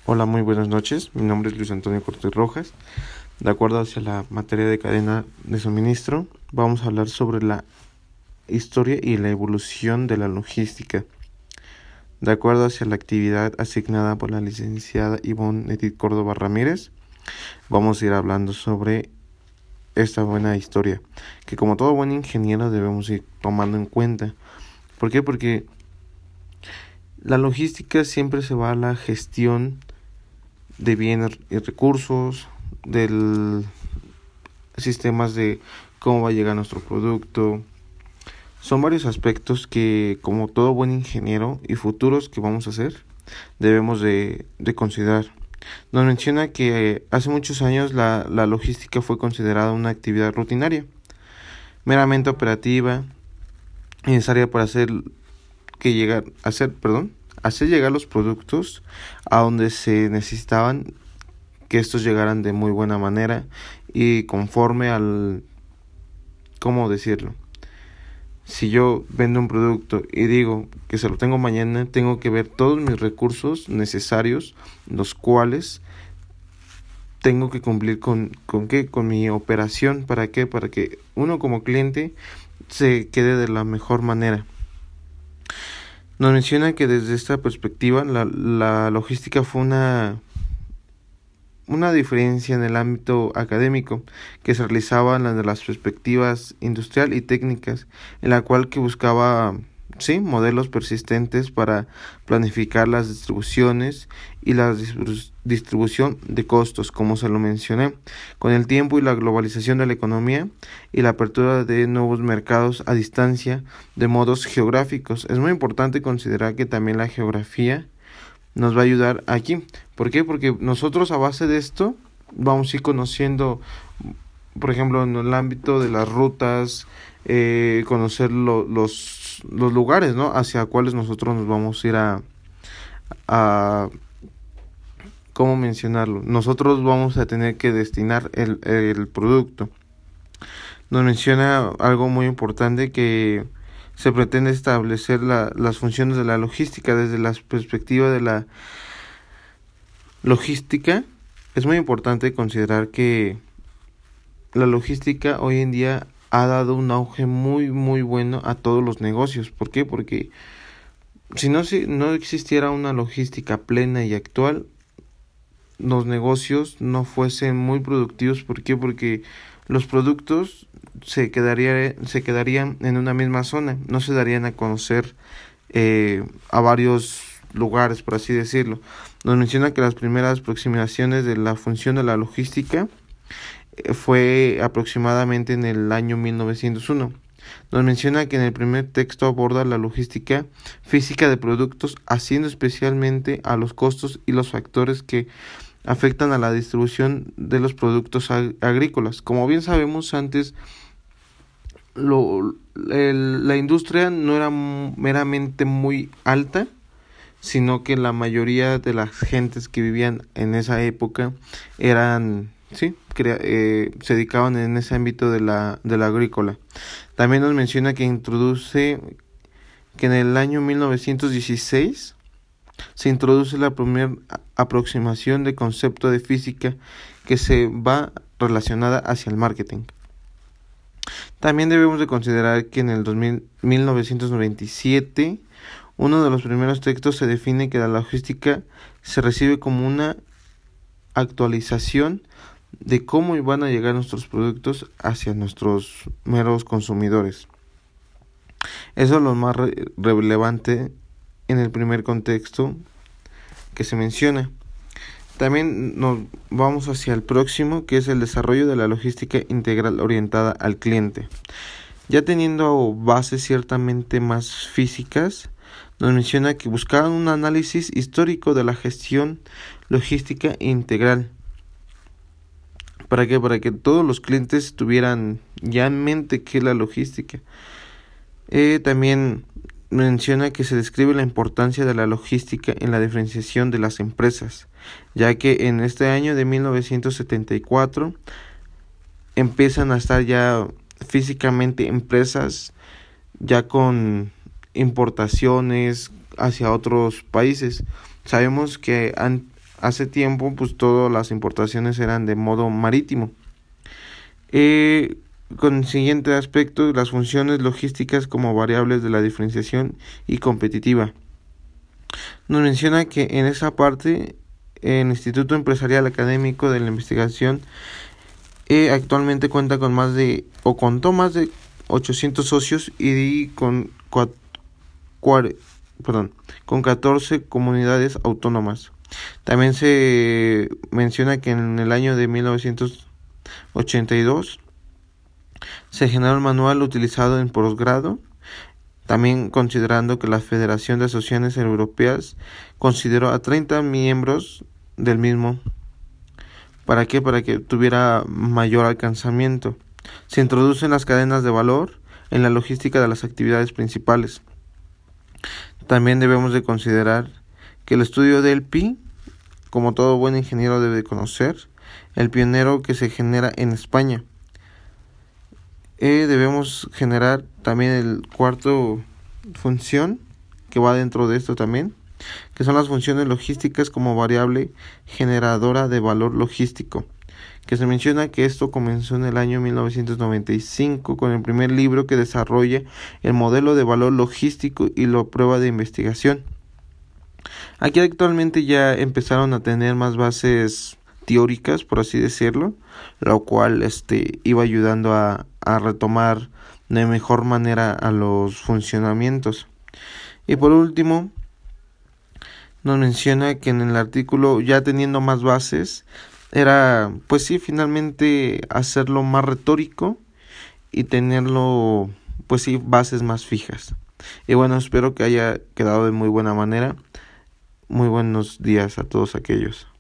Hola, muy buenas noches. Mi nombre es Luis Antonio Cortés Rojas. De acuerdo hacia la materia de cadena de suministro, vamos a hablar sobre la historia y la evolución de la logística. De acuerdo hacia la actividad asignada por la licenciada Ivonne Edith Córdoba Ramírez, vamos a ir hablando sobre esta buena historia, que como todo buen ingeniero debemos ir tomando en cuenta. ¿Por qué? Porque la logística siempre se va a la gestión de bienes y recursos, del sistemas de cómo va a llegar nuestro producto. Son varios aspectos que, como todo buen ingeniero y futuros que vamos a hacer, debemos de considerar. Nos menciona que hace muchos años la logística fue considerada una actividad rutinaria, meramente operativa, necesaria para hacer llegar los productos a donde se necesitaban, que estos llegaran de muy buena manera y conforme al, ¿cómo decirlo? Si yo vendo un producto y digo que se lo tengo mañana, tengo que ver todos mis recursos necesarios, los cuales tengo que cumplir con mi operación. ¿Para qué? Para que uno como cliente se quede de la mejor manera. Nos menciona que desde esta perspectiva la logística fue una diferencia en el ámbito académico que se realizaba en las perspectivas industrial y técnicas, en la cual que buscaba modelos persistentes para planificar las distribuciones y la distribución de costos, como se lo mencioné, con el tiempo y la globalización de la economía y la apertura de nuevos mercados a distancia de modos geográficos. Es muy importante considerar que también la geografía nos va a ayudar aquí. ¿Por qué? Porque nosotros a base de esto vamos a ir conociendo, por ejemplo, en el ámbito de las rutas, conocer los lugares, ¿no? Hacia cuáles nosotros nos vamos a ir a ¿cómo mencionarlo? Nosotros vamos a tener que destinar el producto. Nos menciona algo muy importante, que se pretende establecer las funciones de la logística desde la perspectiva de la logística. Es muy importante considerar que la logística hoy en día ha dado un auge muy muy bueno a todos los negocios. ¿Por qué? Porque si no existiera una logística plena y actual, los negocios no fuesen muy productivos. ¿Por qué? Porque los productos se quedarían en una misma zona, no se darían a conocer a varios lugares, por así decirlo. Nos menciona que las primeras aproximaciones de la función de la logística fue aproximadamente en el año 1901. Nos menciona que en el primer texto aborda la logística física de productos, haciendo especialmente a los costos y los factores que afectan a la distribución de los productos agrícolas. Como bien sabemos, antes la industria no era meramente muy alta, sino que la mayoría de las gentes que vivían en esa época eran se dedicaban en ese ámbito de la agrícola. También nos menciona que en el año 1916 se introduce la primera aproximación de concepto de física que se va relacionada hacia el marketing. También debemos de considerar que en el 1997 uno de los primeros textos se define que la logística se recibe como una actualización de cómo van a llegar nuestros productos hacia nuestros meros consumidores. Eso es lo más relevante en el primer contexto que se menciona. También nos vamos hacia el próximo, que es el desarrollo de la logística integral orientada al cliente. Ya teniendo bases ciertamente más físicas, nos menciona que buscaban un análisis histórico de la gestión logística integral. ¿Para qué? Para que todos los clientes tuvieran ya en mente qué es la logística. También menciona que se describe la importancia de la logística en la diferenciación de las empresas, ya que en este año de 1974 empiezan a estar ya físicamente empresas ya con importaciones hacia otros países. Sabemos que hace tiempo pues todas las importaciones eran de modo marítimo. Con el siguiente aspecto, las funciones logísticas como variables de la diferenciación y competitiva. Nos menciona que en esa parte el Instituto Empresarial Académico de la Investigación actualmente contó más de 800 socios y con 14 comunidades autónomas. También se menciona que en el año de 1982 se generó el manual utilizado en posgrado, también considerando que la Federación de Asociaciones Europeas consideró a 30 miembros del mismo. ¿Para qué? Para que tuviera mayor alcanzamiento. Se introducen las cadenas de valor en la logística de las actividades principales. También debemos de considerar que el estudio del PI, como todo buen ingeniero debe conocer, el pionero que se genera en España. Debemos generar también el cuarto función que va dentro de esto también, que son las funciones logísticas como variable generadora de valor logístico, que se menciona que esto comenzó en el año 1995 con el primer libro que desarrolla el modelo de valor logístico y la prueba de investigación. Aquí actualmente ya empezaron a tener más bases teóricas, por así decirlo, lo cual iba ayudando a retomar de mejor manera a los funcionamientos. Y por último, nos menciona que en el artículo, ya teniendo más bases, era pues sí, finalmente hacerlo más retórico y tenerlo pues sí, bases más fijas. Y bueno, espero que haya quedado de muy buena manera. Muy buenos días a todos aquellos.